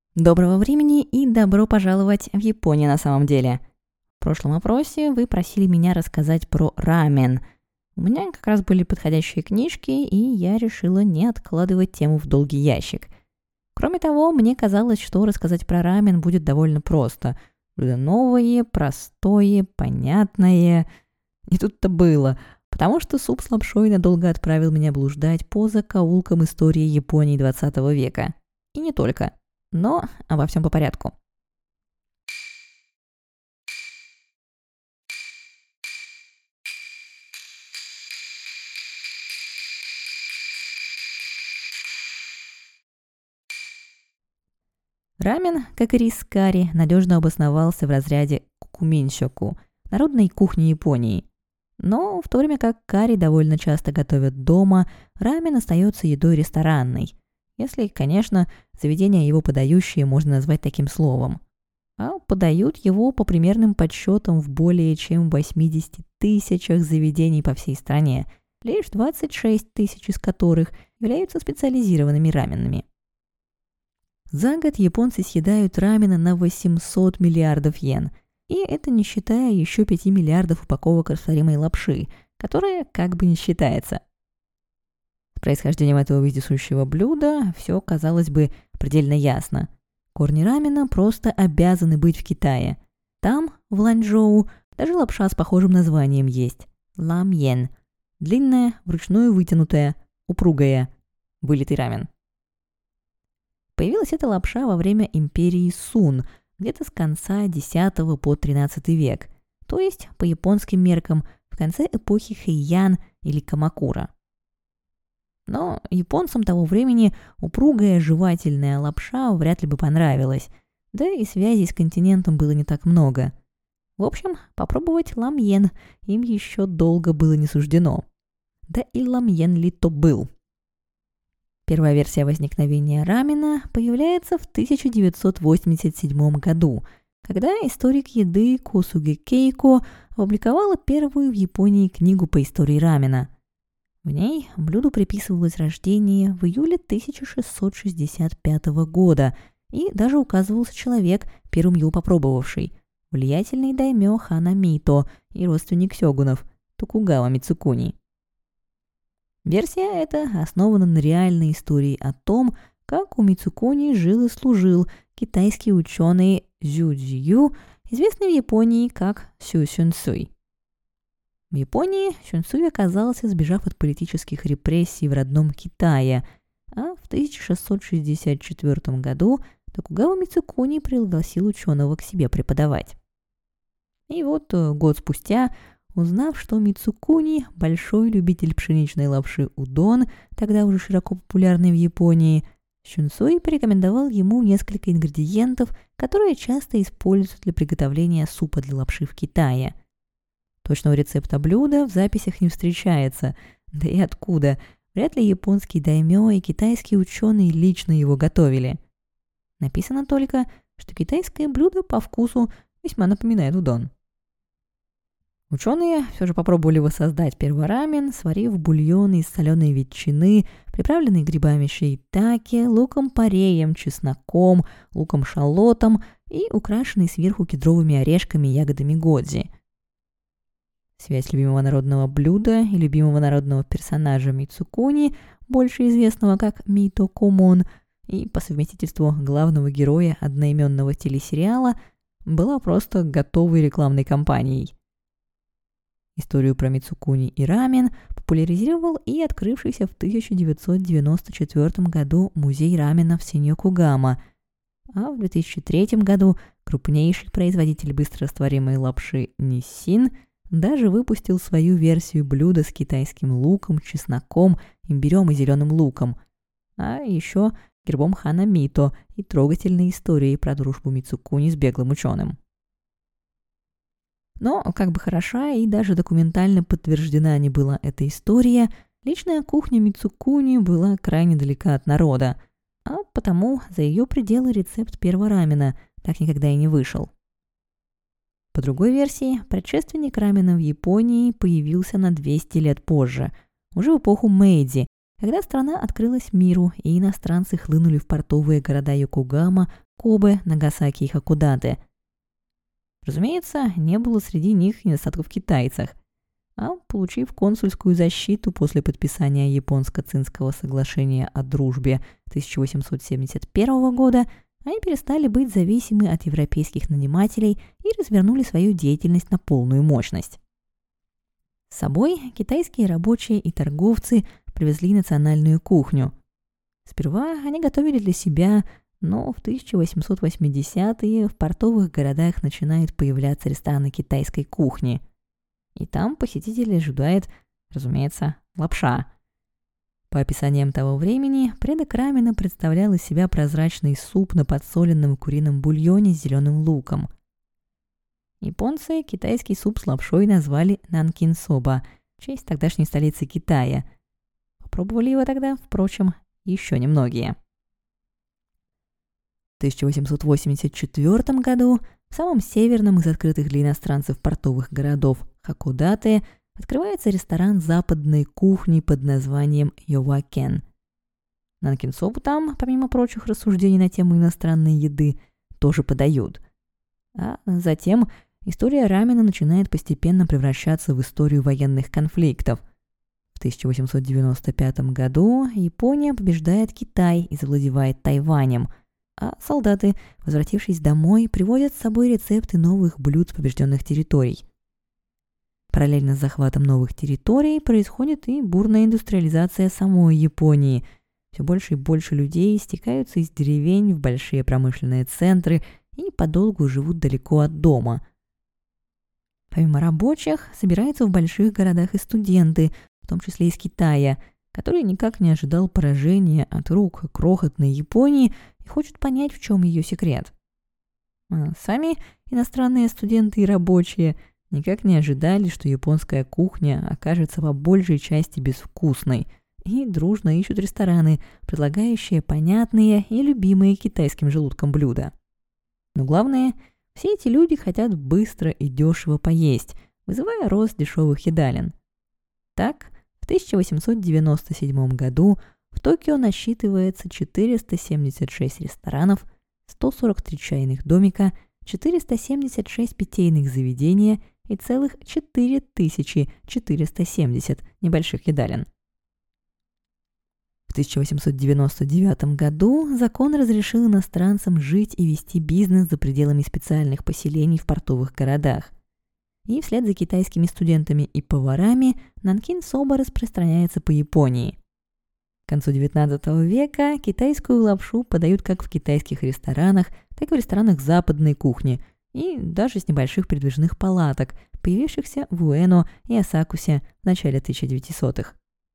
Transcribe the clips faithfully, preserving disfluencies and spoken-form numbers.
Доброго времени и добро пожаловать в Японию на самом деле. В прошлом опросе вы просили меня рассказать про рамен. У меня как раз были подходящие книжки, и я решила не откладывать тему в долгий ящик. Кроме того, мне казалось, что рассказать про рамен будет довольно просто. Блюдо новое, простое, понятное. И тут-то было, потому что суп с лапшой надолго отправил меня блуждать по закоулкам истории Японии двадцатого века. И не только. Но обо всем по порядку. Рамен, как и рис с карри, надежно обосновался в разряде кукуминсёку, народной кухни Японии. Но в то время как карри довольно часто готовят дома, рамен остается едой ресторанной. Если, конечно, заведение его подающие можно назвать таким словом. А подают его по примерным подсчетам в более чем восьмидесяти тысячах заведений по всей стране, лишь двадцать шесть тысяч из которых являются специализированными раменными. За год японцы съедают рамена на восемьсот миллиардов йен, и это не считая еще пяти миллиардов упаковок растворимой лапши, которая как бы не считается. С происхождением этого вездесущего блюда все, казалось бы, предельно ясно. Корни рамена просто обязаны быть в Китае. Там, в Ланчжоу, даже лапша с похожим названием есть – ламьен. Длинная, вручную вытянутая, упругая. Вылитый рамен. Появилась эта лапша во время империи Сун, где-то с конца десятого по тринадцатый век, то есть, по японским меркам, в конце эпохи Хэйян или Камакура. Но японцам того времени упругая жевательная лапша вряд ли бы понравилась, да и связей с континентом было не так много. В общем, попробовать ламьен им еще долго было не суждено. Да и ламьен ли то был? Первая версия возникновения рамена появляется в тысяча девятьсот восемьдесят седьмом году, когда историк еды Косуге Кейко опубликовала первую в Японии книгу по истории рамена. В ней блюду приписывалось рождение в июле тысяча шестьсот шестьдесят пятого года, и даже указывался человек, первым его попробовавший, влиятельный даймё хана Мито и родственник сёгунов Токугава Мицукуни. Версия эта основана на реальной истории о том, как у Мицукуни жил и служил китайский ученый Зю Цзю, известный в Японии как Сю Сюньсуй. В Японии Сюньсуй оказался, сбежав от политических репрессий в родном Китае, а в тысяча шестьсот шестьдесят четвёртом году Токугава Мицукуни пригласил ученого к себе преподавать. И вот год спустя, узнав, что Мицукуни – большой любитель пшеничной лапши удон, тогда уже широко популярной в Японии, Сюньсуй порекомендовал ему несколько ингредиентов, которые часто используются для приготовления супа для лапши в Китае. Точного рецепта блюда в записях не встречается. Да и откуда? Вряд ли японский даймё и китайские ученые лично его готовили. Написано только, что китайское блюдо по вкусу весьма напоминает удон. Ученые все же попробовали воссоздать первый рамен, сварив бульон из соленой ветчины, приправленный грибами шиитаке, луком-пореем, чесноком, луком-шалотом и украшенный сверху кедровыми орешками и ягодами годзи. Связь любимого народного блюда и любимого народного персонажа Мицукуни, больше известного как Мито Комон, и по совместительству главного героя одноименного телесериала, была просто готовой рекламной кампанией. Историю про Мицукуни и рамен популяризировал и открывшийся в тысяча девятьсот девяносто четвёртом году музей рамена в Синьокугама, а в две тысячи третьем году крупнейший производитель быстрорастворимой лапши Ниссин даже выпустил свою версию блюда с китайским луком, чесноком, имбирем и зеленым луком, а еще гербом хана Мито и трогательной историей про дружбу Мицукуни с беглым ученым. Но, как бы хороша и даже документально подтверждена не была эта история, личная кухня Мицукуни была крайне далека от народа, а потому за ее пределы рецепт первого рамена так никогда и не вышел. По другой версии, предшественник рамена в Японии появился на двести лет позже, уже в эпоху Мэйдзи, когда страна открылась миру и иностранцы хлынули в портовые города Йокогама, Кобе, Нагасаки и Хакодате. Разумеется, не было среди них недостатков в китайцах, а получив консульскую защиту после подписания Японско-Цинского соглашения о дружбе тысяча восемьсот семьдесят первого года, они перестали быть зависимы от европейских нанимателей и развернули свою деятельность на полную мощность. С собой китайские рабочие и торговцы привезли национальную кухню. Сперва они готовили для себя, но в тысяча восемьсот восьмидесятые в портовых городах начинают появляться рестораны китайской кухни. И там посетителей ожидает, разумеется, лапша. По описаниям того времени, предок рамена представлял из себя прозрачный суп на подсоленном курином бульоне с зеленым луком. Японцы китайский суп с лапшой назвали нанкин-соба в честь тогдашней столицы Китая. Попробовали его тогда, впрочем, еще немногие. В тысяча восемьсот восемьдесят четвёртом году в самом северном из открытых для иностранцев портовых городов Хакодате открывается ресторан западной кухни под названием Йовакен. Нанкин-собу там, помимо прочих рассуждений на тему иностранной еды, тоже подают. А затем история рамена начинает постепенно превращаться в историю военных конфликтов. В тысяча восемьсот девяносто пятом году Япония побеждает Китай и завладевает Тайванем, а солдаты, возвратившись домой, привозят с собой рецепты новых блюд с побежденных территорий. Параллельно с захватом новых территорий происходит и бурная индустриализация самой Японии. Все больше и больше людей стекаются из деревень в большие промышленные центры и подолгу живут далеко от дома. Помимо рабочих, собираются в больших городах и студенты, в том числе из Китая, который никак не ожидал поражения от рук крохотной Японии и хочет понять, в чем ее секрет. А сами иностранные студенты и рабочие никак не ожидали, что японская кухня окажется по большей части безвкусной, и дружно ищут рестораны, предлагающие понятные и любимые китайским желудком блюда. Но главное, все эти люди хотят быстро и дешево поесть, вызывая рост дешевых едалин. Так, в тысяча восемьсот девяносто седьмом году в Токио насчитывается четыреста семьдесят шесть ресторанов, сто сорок три чайных домика, четыреста семьдесят шесть питейных заведений и целых четыре тысячи четыреста семьдесят небольших едалин. В тысяча восемьсот девяносто девятом году закон разрешил иностранцам жить и вести бизнес за пределами специальных поселений в портовых городах. И вслед за китайскими студентами и поварами нанкин-соба распространяется по Японии. К концу девятнадцатого века китайскую лапшу подают как в китайских ресторанах, так и в ресторанах западной кухни, и даже с небольших передвижных палаток, появившихся в Уэно и Осакусе в начале тысяча девятисотых.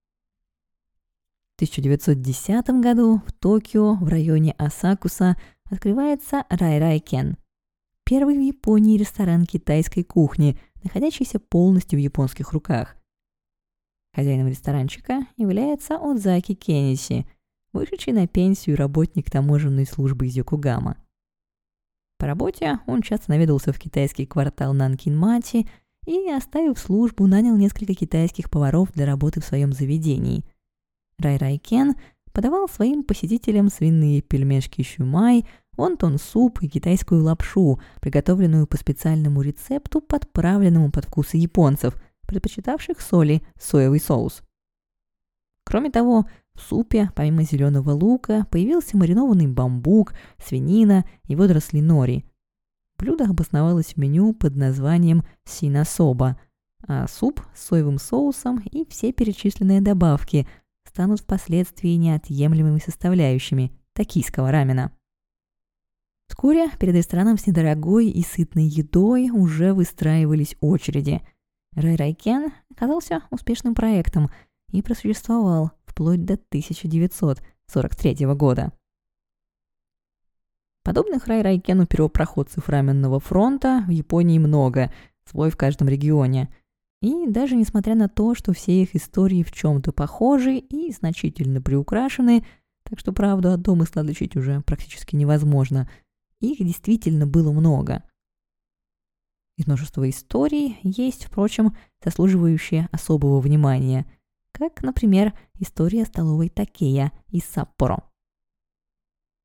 В тысяча девятьсот десятом году в Токио в районе Осакуса открывается Рай-Рай-Кен, первый в Японии ресторан китайской кухни, находящийся полностью в японских руках. Хозяином ресторанчика является Одзаки Кениси, вышедший на пенсию работник таможенной службы из Йокогама. По работе он часто наведался в китайский квартал Нанкин-Мати и, оставив службу, нанял несколько китайских поваров для работы в своем заведении. Рай-Рай-Кен подавал своим посетителям свиные пельмешки щумай, вонтон-суп и китайскую лапшу, приготовленную по специальному рецепту, подправленному под вкусы японцев, предпочитавших соли соевый соус. Кроме того, в супе, помимо зеленого лука, появился маринованный бамбук, свинина и водоросли нори. Блюдо обосновалось в меню под названием синасоба, а суп с соевым соусом и все перечисленные добавки станут впоследствии неотъемлемыми составляющими токийского рамена. Вскоре перед рестораном с недорогой и сытной едой уже выстраивались очереди. Рай-Рай-Кен оказался успешным проектом и просуществовал вплоть до тысяча девятьсот сорок третьего года. Подобных Рай-Рай-Кену первопроходцев раменного фронта в Японии много, свой в каждом регионе. И даже несмотря на то, что все их истории в чем-то похожи и значительно приукрашены, так что правду от домысла отличить уже практически невозможно, их действительно было много. Из множества историй есть, впрочем, заслуживающие особого внимания, как, например, история столовой Такея из Саппоро. В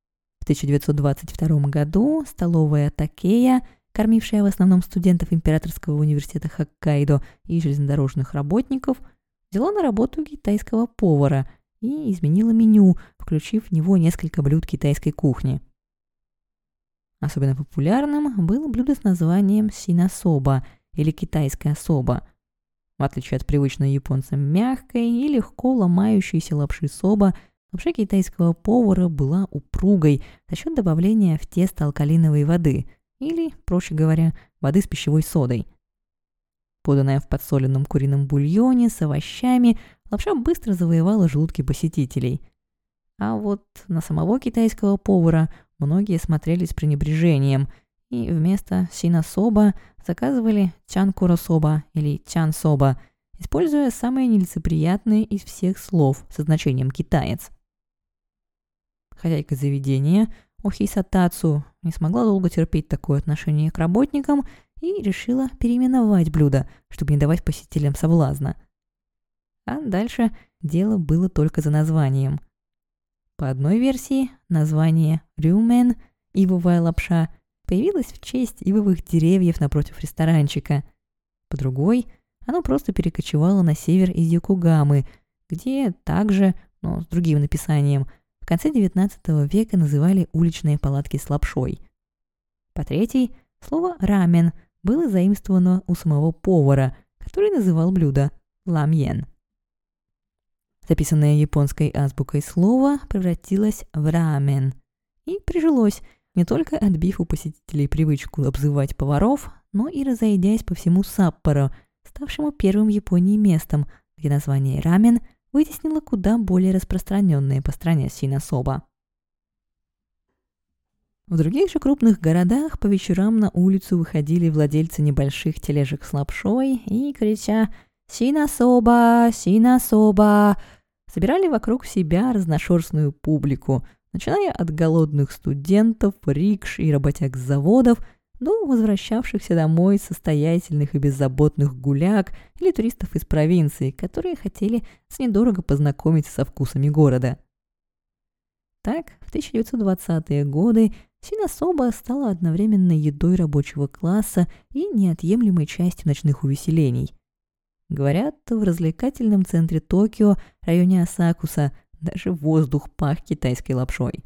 тысяча девятьсот двадцать втором году столовая Такея, кормившая в основном студентов Императорского университета Хоккайдо и железнодорожных работников, взяла на работу китайского повара и изменила меню, включив в него несколько блюд китайской кухни. Особенно популярным было блюдо с названием синасоба или китайская соба. В отличие от привычной японцам мягкой и легко ломающейся лапши соба, лапша китайского повара была упругой за счет добавления в тесто алкалиновой воды или, проще говоря, воды с пищевой содой. Поданная в подсоленном курином бульоне с овощами, лапша быстро завоевала желудки посетителей. А вот на самого китайского повара многие смотрели с пренебрежением и вместо синасоба заказывали чанкурособа или чансоба, используя самые нелицеприятные из всех слов со значением «китаец». Хозяйка заведения Охиса Тацу не смогла долго терпеть такое отношение к работникам и решила переименовать блюдо, чтобы не давать посетителям соблазна. А дальше дело было только за названием. По одной версии, название «рюмен» – ивовая лапша – появилось в честь ивовых деревьев напротив ресторанчика. По другой, оно просто перекочевало на север из Йокогамы, где также, но с другим написанием, в конце девятнадцатого века называли уличные палатки с лапшой. По третьей, слово «рамен» было заимствовано у самого повара, который называл блюдо «ламьен». Записанное японской азбукой слово превратилось в рамен и прижилось, не только отбив у посетителей привычку обзывать поваров, но и разойдясь по всему Саппоро, ставшему первым в Японии местом, где название рамен вытеснило куда более распространенные по стране синасоба. В других же крупных городах по вечерам на улицу выходили владельцы небольших тележек с лапшой и, крича «Синасоба! Синасоба!», собирали вокруг себя разношерстную публику, начиная от голодных студентов, рикш и работяг с заводов до возвращавшихся домой состоятельных и беззаботных гуляк или туристов из провинции, которые хотели с недорого познакомиться со вкусами города. Так, в тысяча девятьсот двадцатые годы синасоба стала одновременно едой рабочего класса и неотъемлемой частью ночных увеселений. Говорят, в развлекательном центре Токио, районе Асакуса, даже воздух пах китайской лапшой.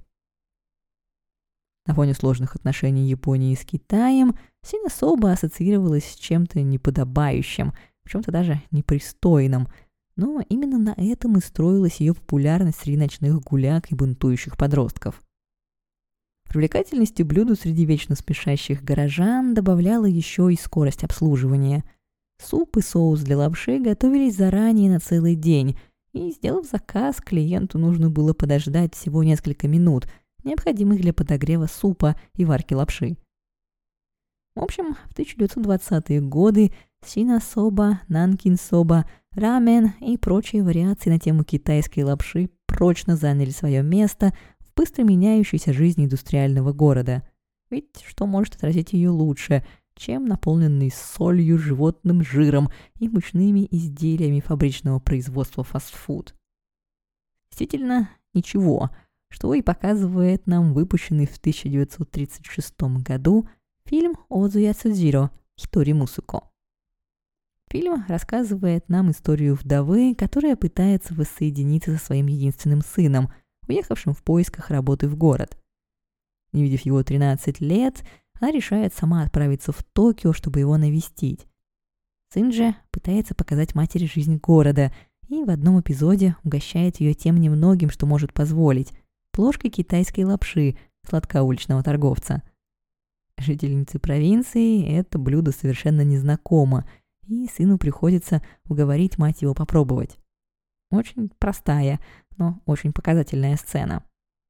На фоне сложных отношений Японии с Китаем, синасоба ассоциировалась с чем-то неподобающим, в чем-то даже непристойным, но именно на этом и строилась ее популярность среди ночных гуляк и бунтующих подростков. Привлекательности блюду среди вечно спешащих горожан добавляла еще и скорость обслуживания. Суп и соус для лапши готовились заранее на целый день, и, сделав заказ, клиенту нужно было подождать всего несколько минут, необходимых для подогрева супа и варки лапши. В общем, в тысяча девятьсот двадцатые годы синасоба, нанкин-соба, рамен и прочие вариации на тему китайской лапши прочно заняли свое место в быстро меняющейся жизни индустриального города. Ведь что может отразить ее лучше, чем наполненный солью, животным жиром и мучными изделиями фабричного производства фастфуд? Действительно, ничего, что и показывает нам выпущенный в тысяча девятьсот тридцать шестом году фильм «Одзуя Цудзиро. Хитори Мусуко». Фильм рассказывает нам историю вдовы, которая пытается воссоединиться со своим единственным сыном, уехавшим в поисках работы в город. Не видев его тринадцать лет, она решает сама отправиться в Токио, чтобы его навестить. Сын же пытается показать матери жизнь города и в одном эпизоде угощает ее тем немногим, что может позволить – плошкой китайской лапши сладка уличного торговца. Жительнице провинции это блюдо совершенно незнакомо, и сыну приходится уговорить мать его попробовать. Очень простая, но очень показательная сцена.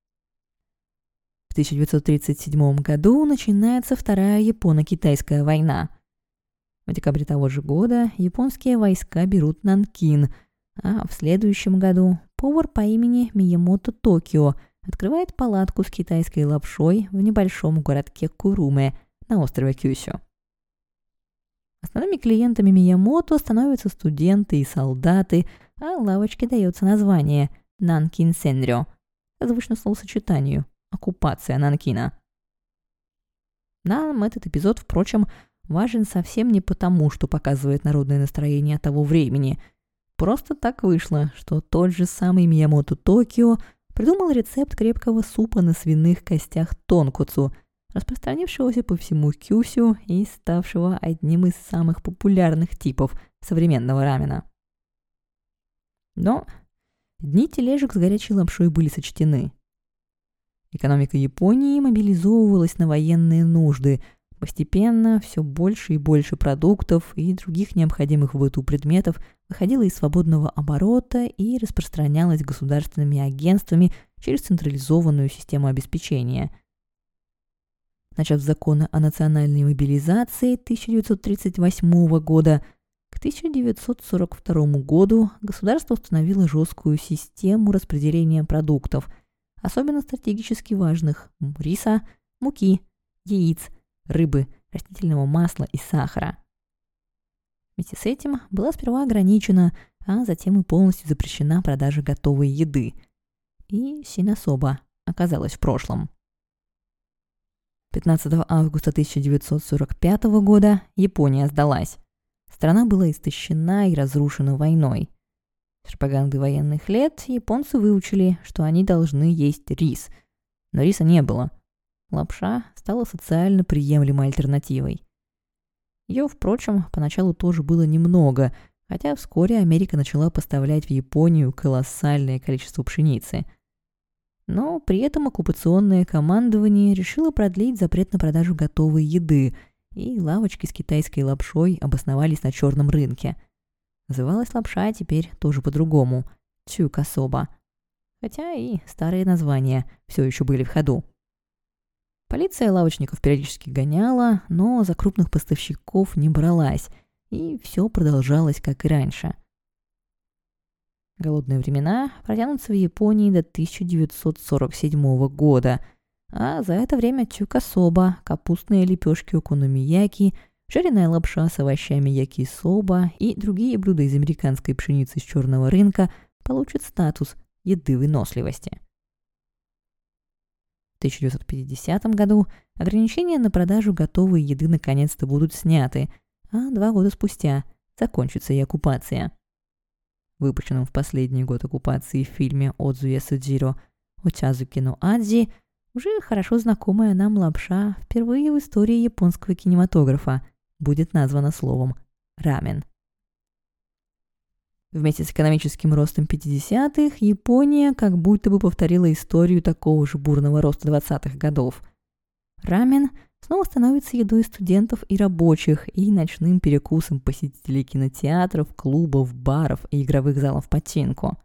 В тысяча девятьсот тридцать седьмом году начинается Вторая Японо-Китайская война. В декабре того же года японские войска берут Нанкин, а в следующем году повар по имени Миямото Токио открывает палатку с китайской лапшой в небольшом городке Куруме на острове Кюсю. Основными клиентами Миямото становятся студенты и солдаты, а лавочке дается название Нанкин Сенрё, созвучно словосочетанию оккупация Нанкина. Нам этот эпизод, впрочем, важен совсем не потому, что показывает народное настроение того времени. Просто так вышло, что тот же самый Миямото Токио придумал рецепт крепкого супа на свиных костях тонкуцу, распространившегося по всему Кюсю и ставшего одним из самых популярных типов современного рамена. Но дни тележек с горячей лапшой были сочтены. Экономика Японии мобилизовывалась на военные нужды. Постепенно все больше и больше продуктов и других необходимых в быту предметов выходило из свободного оборота и распространялось государственными агентствами через централизованную систему обеспечения. Начав законы о национальной мобилизации тысяча девятьсот тридцать восьмого года, к тысяча девятьсот сорок второму году государство установило жесткую систему распределения продуктов, особенно стратегически важных – риса, муки, яиц, рыбы, растительного масла и сахара. Вместе с этим была сперва ограничена, а затем и полностью запрещена продажа готовой еды. И синособа оказалась в прошлом. пятнадцатого августа тысяча девятьсот сорок пятого года Япония сдалась. Страна была истощена и разрушена войной. С пропаганды военных лет японцы выучили, что они должны есть рис. Но риса не было. Лапша стала социально приемлемой альтернативой. Ее, впрочем, поначалу тоже было немного, хотя вскоре Америка начала поставлять в Японию колоссальное количество пшеницы. Но при этом оккупационное командование решило продлить запрет на продажу готовой еды, и лавочки с китайской лапшой обосновались на черном рынке. Называлась лапша теперь тоже по-другому – цюкасоба, хотя и старые названия все еще были в ходу. Полиция лавочников периодически гоняла, но за крупных поставщиков не бралась, и все продолжалось, как и раньше. Голодные времена протянутся в Японии до тысяча девятьсот сорок седьмого года, а за это время цюкасоба, капустные лепешки окономияки, жареная лапша с овощами якисоба и другие блюда из американской пшеницы с черного рынка получат статус еды выносливости. В тысяча девятьсот пятидесятом году ограничения на продажу готовой еды наконец-то будут сняты, а два года спустя закончится и оккупация. В выпущенном в последний год оккупации в фильме Одзуя Судзиро «Очазуки но Адзи» уже хорошо знакомая нам лапша впервые в истории японского кинематографа будет названа словом «рамен». Вместе с экономическим ростом пятидесятых Япония как будто бы повторила историю такого же бурного роста двадцатых годов. Рамен снова становится едой студентов и рабочих и ночным перекусом посетителей кинотеатров, клубов, баров и игровых залов починку.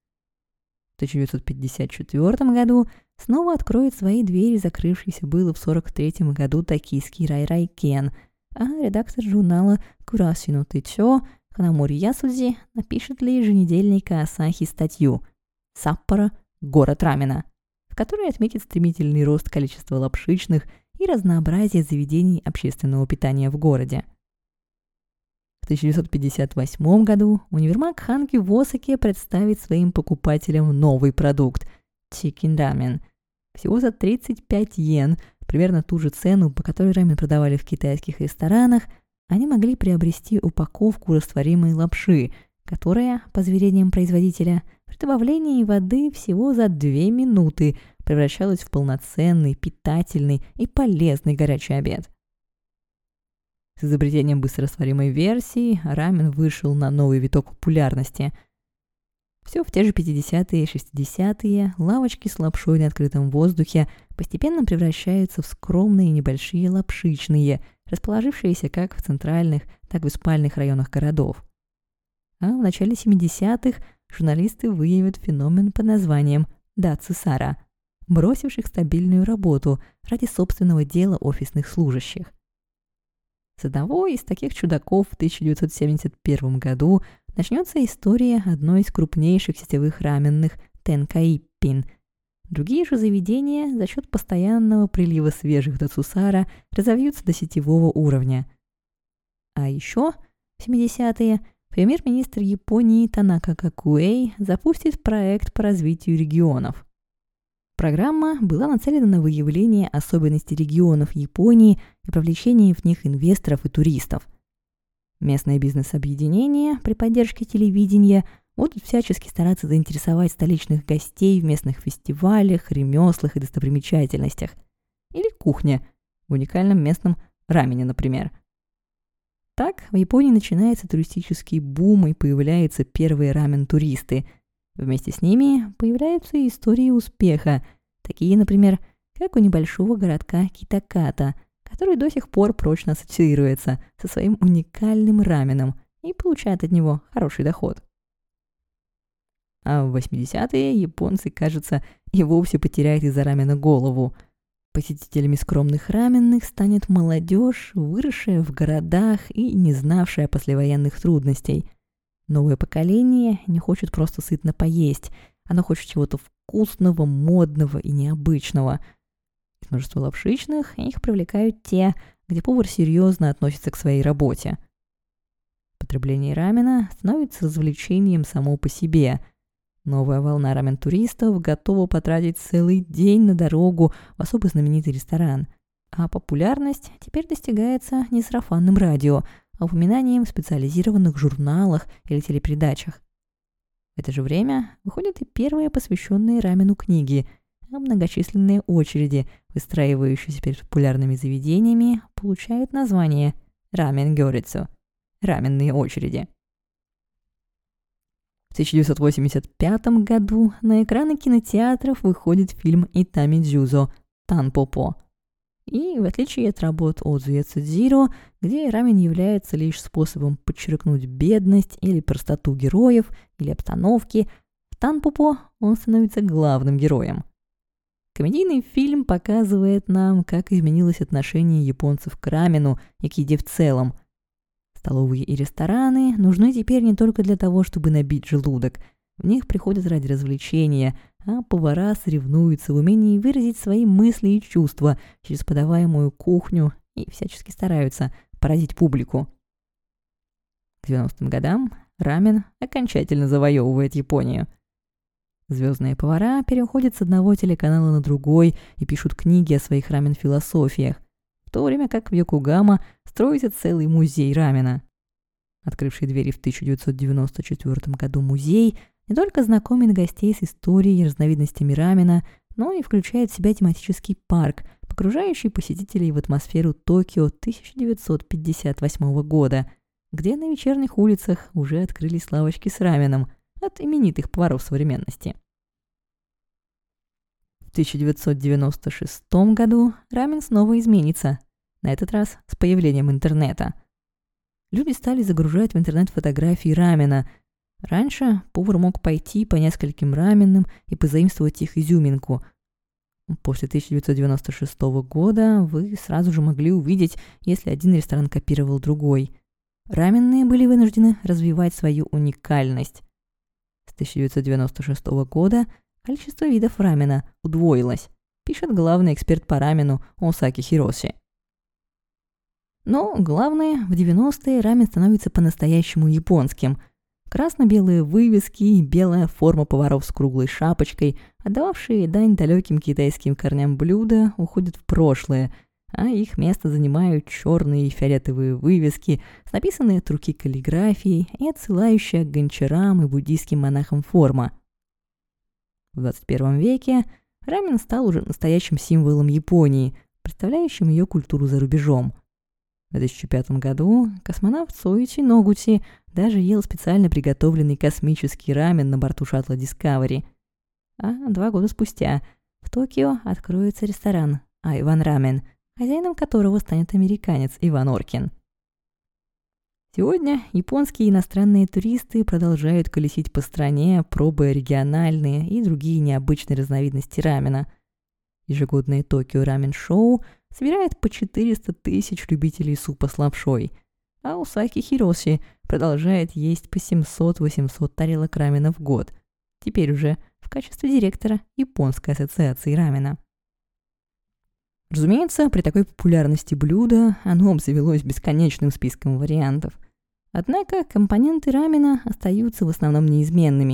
В тысяча девятьсот пятьдесят четвёртом году снова откроет свои двери закрывшийся было в сорок третьем году токийский Рай-Рай-Кен, а редактор журнала «Кураси но Тычо» Ханамори Ясудзи напишет для еженедельника Асахи статью «Саппоро. Город рамена», в которой отметит стремительный рост количества лапшичных и разнообразие заведений общественного питания в городе. В тысяча девятьсот пятьдесят восьмом году универмаг Ханки в Осаке представит своим покупателям новый продукт – чикен-рамен. Всего за тридцать пять йен, примерно ту же цену, по которой рамен продавали в китайских ресторанах, они могли приобрести упаковку растворимой лапши, которая, по заверениям производителя, при добавлении воды всего за две минуты превращалась в полноценный, питательный и полезный горячий обед. С изобретением быстрорастворимой версии рамен вышел на новый виток популярности. Все в те же пятидесятые и шестидесятые лавочки с лапшой на открытом воздухе постепенно превращаются в скромные небольшие лапшичные, расположившиеся как в центральных, так и в спальных районах городов. А в начале семидесятых журналисты выявят феномен под названием «дацусара», бросивших стабильную работу ради собственного дела офисных служащих. С одного из таких чудаков в тысяча девятьсот семьдесят первом году начнется история одной из крупнейших сетевых раменных Тенкаиппин. Другие же заведения за счет постоянного прилива свежих дацусара разовьются до сетевого уровня. А еще в семидесятые премьер-министр Японии Танака Какуэй запустит проект по развитию регионов. Программа была нацелена на выявление особенностей регионов Японии и привлечение в них инвесторов и туристов. Местные бизнес-объединения при поддержке телевидения будут всячески стараться заинтересовать столичных гостей в местных фестивалях, ремеслах и достопримечательностях. Или кухня в уникальном местном рамене, например. Так в Японии начинается туристический бум и появляются первые рамен-туристы. Вместе с ними появляются и истории успеха, такие, например, как у небольшого городка Китаката, который до сих пор прочно ассоциируется со своим уникальным раменом и получает от него хороший доход. А в восьмидесятые японцы, кажется, и вовсе потеряют из-за рамена голову. Посетителями скромных раменных станет молодежь, выросшая в городах и не знавшая послевоенных трудностей. Новое поколение не хочет просто сытно поесть, оно хочет чего-то вкусного, модного и необычного. Из множества лапшичных их привлекают те, где повар серьезно относится к своей работе. Потребление рамена становится развлечением само по себе. Новая волна рамен-туристов готова потратить целый день на дорогу в особо знаменитый ресторан. А популярность теперь достигается не сарафанным радио, а упоминанием в специализированных журналах или телепередачах. В это же время выходят и первые посвященные рамену книги, а многочисленные очереди, выстраивающиеся перед популярными заведениями, получают название «рамен гёрицу» – «раменные очереди». В тысяча девятьсот восемьдесят пятом году на экраны кинотеатров выходит фильм «Итами Дзюзо» «Танпопо». И в отличие от работ Одзуя Цудзиро, где рамен является лишь способом подчеркнуть бедность или простоту героев или обстановки, в Танпопо он становится главным героем. Комедийный фильм показывает нам, как изменилось отношение японцев к рамену и к еде в целом. Столовые и рестораны нужны теперь не только для того, чтобы набить желудок. В них приходят ради развлечения, а повара соревнуются в умении выразить свои мысли и чувства через подаваемую кухню и всячески стараются поразить публику. К девяностым годам рамен окончательно завоевывает Японию. Звездные повара переходят с одного телеканала на другой и пишут книги о своих рамен-философиях, в то время как в Йокогама строится целый музей рамена. Открывший двери в тысяча девятьсот девяносто четвёртом году музей не только знакомит гостей с историей и разновидностями рамена, но и включает в себя тематический парк, погружающий посетителей в атмосферу Токио тысяча девятьсот пятьдесят восьмого года, где на вечерних улицах уже открылись лавочки с раменом от именитых поваров современности. В тысяча девятьсот девяносто шестом году рамен снова изменится, на этот раз с появлением интернета. Люди стали загружать в интернет фотографии рамена. Раньше повар мог пойти по нескольким раменным и позаимствовать их изюминку. После тысяча девятьсот девяносто шестого года вы сразу же могли увидеть, если один ресторан копировал другой. Раменные были вынуждены развивать свою уникальность. С тысяча девятьсот девяносто шестого года количество видов рамена удвоилось, пишет главный эксперт по рамену Осаки Хироси. Но главное, в девяностые рамен становится по-настоящему японским. Красно-белые вывески и белая форма поваров с круглой шапочкой, отдававшие дань далеким китайским корням блюда, уходят в прошлое, а их место занимают черные и фиолетовые вывески с написанной от руки каллиграфией и отсылающая к гончарам и буддийским монахам форма. В двадцать первом веке рамен стал уже настоящим символом Японии, представляющим ее культуру за рубежом. В две тысячи пятом году космонавт Соичи Ногути даже ел специально приготовленный космический рамен на борту шаттла Discovery. А два года спустя в Токио откроется ресторан Айван Рамен, хозяином которого станет американец Иван Оркин. Сегодня японские и иностранные туристы продолжают колесить по стране, пробуя региональные и другие необычные разновидности рамена. Ежегодное Токио рамен-шоу собирает по четыреста тысяч любителей супа с лапшой, а Осаки Хироси продолжает есть по семьсот-восемьсот тарелок рамена в год, теперь уже в качестве директора Японской ассоциации рамена. Разумеется, при такой популярности блюда оно обзавелось бесконечным списком вариантов. Однако компоненты рамена остаются в основном неизменными.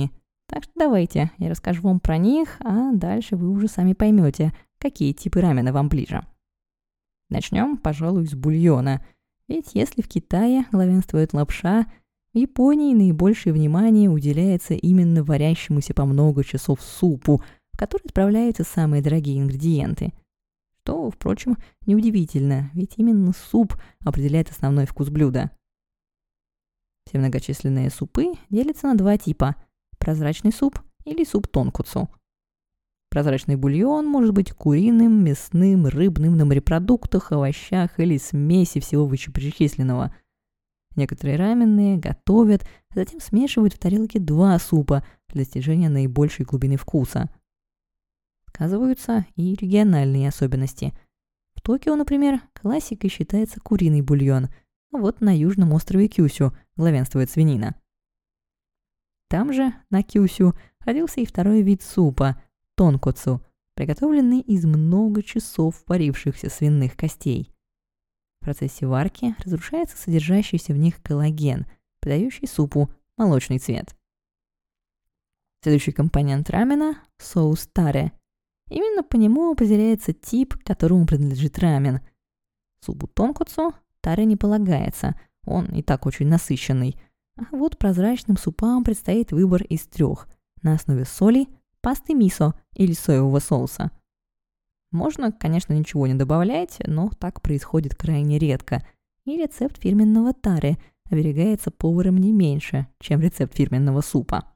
Так что давайте, я расскажу вам про них, а дальше вы уже сами поймете, какие типы рамена вам ближе. Начнем, пожалуй, с бульона. Ведь если в Китае главенствует лапша, в Японии наибольшее внимание уделяется именно варящемуся по много часов супу, в который отправляются самые дорогие ингредиенты. Что, впрочем, неудивительно, ведь именно суп определяет основной вкус блюда. Все многочисленные супы делятся на два типа – прозрачный суп или суп тонкуцу. Прозрачный бульон может быть куриным, мясным, рыбным, на морепродуктах, овощах или смеси всего вышеперечисленного. Некоторые раменные готовят, а затем смешивают в тарелке два супа для достижения наибольшей глубины вкуса. Сказываются и региональные особенности. В Токио, например, классикой считается куриный бульон, а вот на южном острове Кюсю главенствует свинина. Там же, на Кюсю, родился и второй вид супа – тонкуцу, приготовленный из много часов варившихся свиных костей. В процессе варки разрушается содержащийся в них коллаген, придающий супу молочный цвет. Следующий компонент рамена – соус таре. Именно по нему определяется тип, которому принадлежит рамен. Супу тонкуцу таре не полагается, он и так очень насыщенный. А вот прозрачным супам предстоит выбор из трех – на основе соли, пасты мисо или соевого соуса. Можно, конечно, ничего не добавлять, но так происходит крайне редко. И рецепт фирменного таре оберегается поваром не меньше, чем рецепт фирменного супа.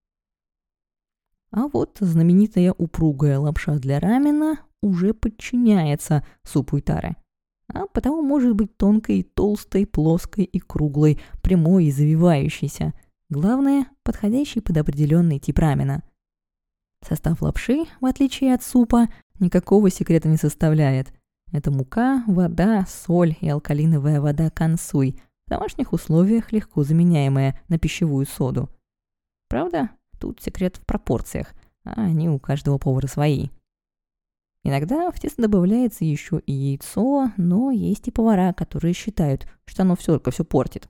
А вот знаменитая упругая лапша для рамена уже подчиняется супу и таре. А потому может быть тонкой, толстой, плоской и круглой, прямой и завивающейся. Главное, подходящий под определенный тип рамена. Состав лапши, в отличие от супа, никакого секрета не составляет. Это мука, вода, соль и алкалиновая вода кансуй, в домашних условиях легко заменяемая на пищевую соду. Правда, тут секрет в пропорциях, а они у каждого повара свои. Иногда в тесто добавляется еще и яйцо, но есть и повара, которые считают, что оно все только все портит.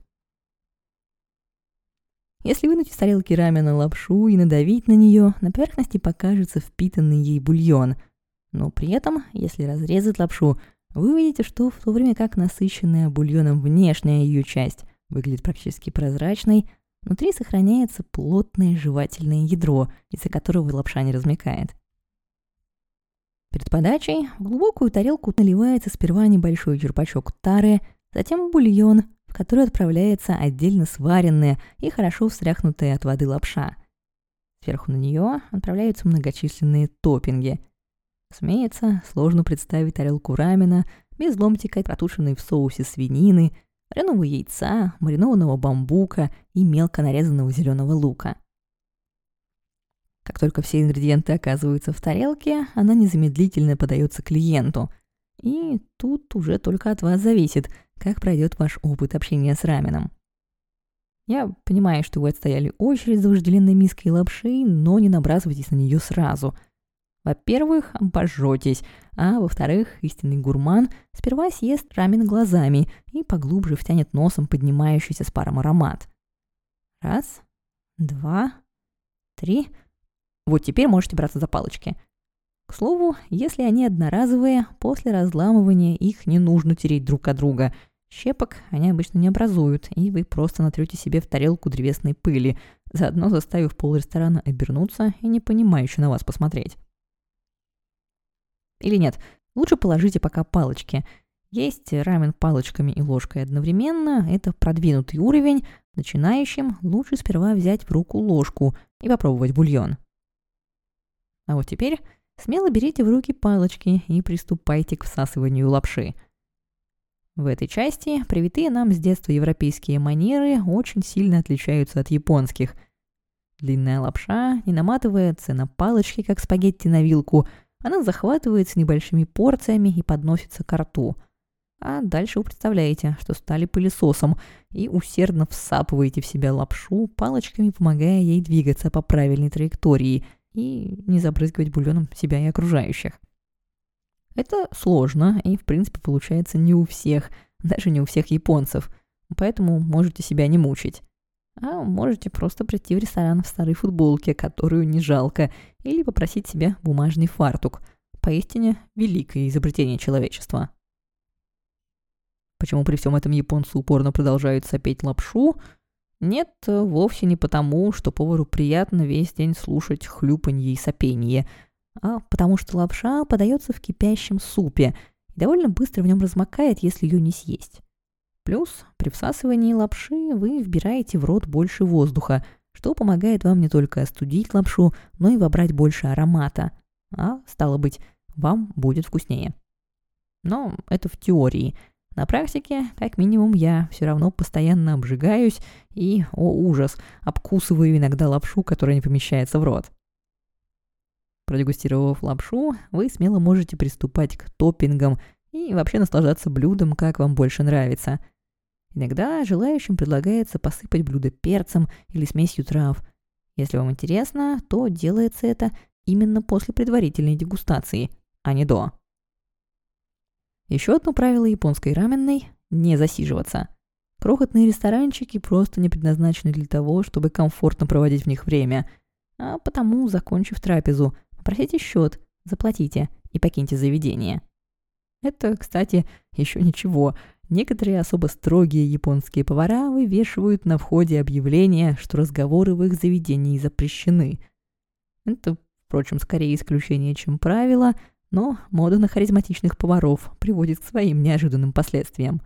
Если вынуть из тарелки рамена лапшу и надавить на нее, на поверхности покажется впитанный ей бульон. Но при этом, если разрезать лапшу, вы увидите, что в то время как насыщенная бульоном внешняя ее часть выглядит практически прозрачной, внутри сохраняется плотное жевательное ядро, из-за которого лапша не размякает. Перед подачей в глубокую тарелку наливается сперва небольшой черпачок таре, затем бульон, в который отправляется отдельно сваренная и хорошо встряхнутая от воды лапша. Сверху на нее отправляются многочисленные топпинги. Разумеется, сложно представить тарелку рамена без ломтика, протушенной в соусе свинины, вареного яйца, маринованного бамбука и мелко нарезанного зеленого лука. Как только все ингредиенты оказываются в тарелке, она незамедлительно подается клиенту. И тут уже только от вас зависит, как пройдет ваш опыт общения с раменом. Я понимаю, что вы отстояли очередь за вожделенной миской лапши, но не набрасывайтесь на нее сразу. Во-первых, обожжетесь, а во-вторых, истинный гурман сперва съест рамен глазами и поглубже втянет носом поднимающийся с паром аромат. Раз, два, три. Вот теперь можете браться за палочки. К слову, если они одноразовые, после разламывания их не нужно тереть друг от друга. Щепок они обычно не образуют, и вы просто натрете себе в тарелку древесной пыли, заодно заставив полресторана обернуться и непонимающе на вас посмотреть. Или нет, лучше положите пока палочки. Есть рамен палочками и ложкой одновременно, это продвинутый уровень. Начинающим лучше сперва взять в руку ложку и попробовать бульон. А вот теперь смело берите в руки палочки и приступайте к всасыванию лапши. В этой части привитые нам с детства европейские манеры очень сильно отличаются от японских. Длинная лапша не наматывается на палочки, как спагетти на вилку, она захватывается небольшими порциями и подносится ко рту. А дальше вы представляете, что стали пылесосом и усердно всапываете в себя лапшу, палочками помогая ей двигаться по правильной траектории и не забрызгивать бульоном себя и окружающих. Это сложно и, в принципе, получается не у всех, даже не у всех японцев, поэтому можете себя не мучить. А можете просто прийти в ресторан в старой футболке, которую не жалко, или попросить себе бумажный фартук. Поистине великое изобретение человечества. Почему при всем этом японцы упорно продолжают сопеть лапшу? Нет, вовсе не потому, что повару приятно весь день слушать хлюпанье и сопенье, а потому что лапша подается в кипящем супе и довольно быстро в нем размокает, если ее не съесть. Плюс при всасывании лапши вы вбираете в рот больше воздуха, что помогает вам не только остудить лапшу, но и вобрать больше аромата, а, стало быть, вам будет вкуснее. Но это в теории. На практике, как минимум, я все равно постоянно обжигаюсь и, о ужас, обкусываю иногда лапшу, которая не помещается в рот. Продегустировав лапшу, вы смело можете приступать к топпингам и вообще наслаждаться блюдом, как вам больше нравится. Иногда желающим предлагается посыпать блюдо перцем или смесью трав. Если вам интересно, то делается это именно после предварительной дегустации, а не до. Еще одно правило японской раменной – не засиживаться. Крохотные ресторанчики просто не предназначены для того, чтобы комфортно проводить в них время. А потому, закончив трапезу, попросите счет, заплатите и покиньте заведение. Это, кстати, еще ничего. Некоторые особо строгие японские повара вывешивают на входе объявление, что разговоры в их заведении запрещены. Это, впрочем, скорее исключение, чем правило, но мода на харизматичных поваров приводит к своим неожиданным последствиям.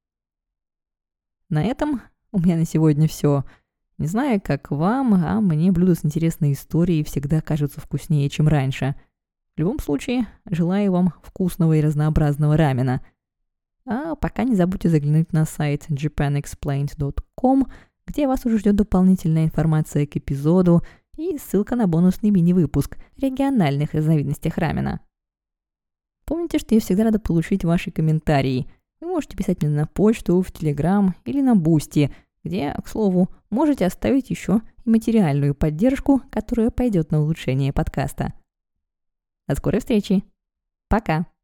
На этом у меня на сегодня все. Не знаю, как вам, а мне блюда с интересной историей всегда кажутся вкуснее, чем раньше. В любом случае, желаю вам вкусного и разнообразного рамена. А пока не забудьте заглянуть на сайт джапан эксплэйнд точка ком, где вас уже ждет дополнительная информация к эпизоду и ссылка на бонусный мини-выпуск о региональных разновидностях рамена. Помните, что я всегда рада получить ваши комментарии. Вы можете писать мне на почту, в Телеграм или на Бусти, где, к слову, можете оставить еще и материальную поддержку, которая пойдет на улучшение подкаста. До скорой встречи. Пока.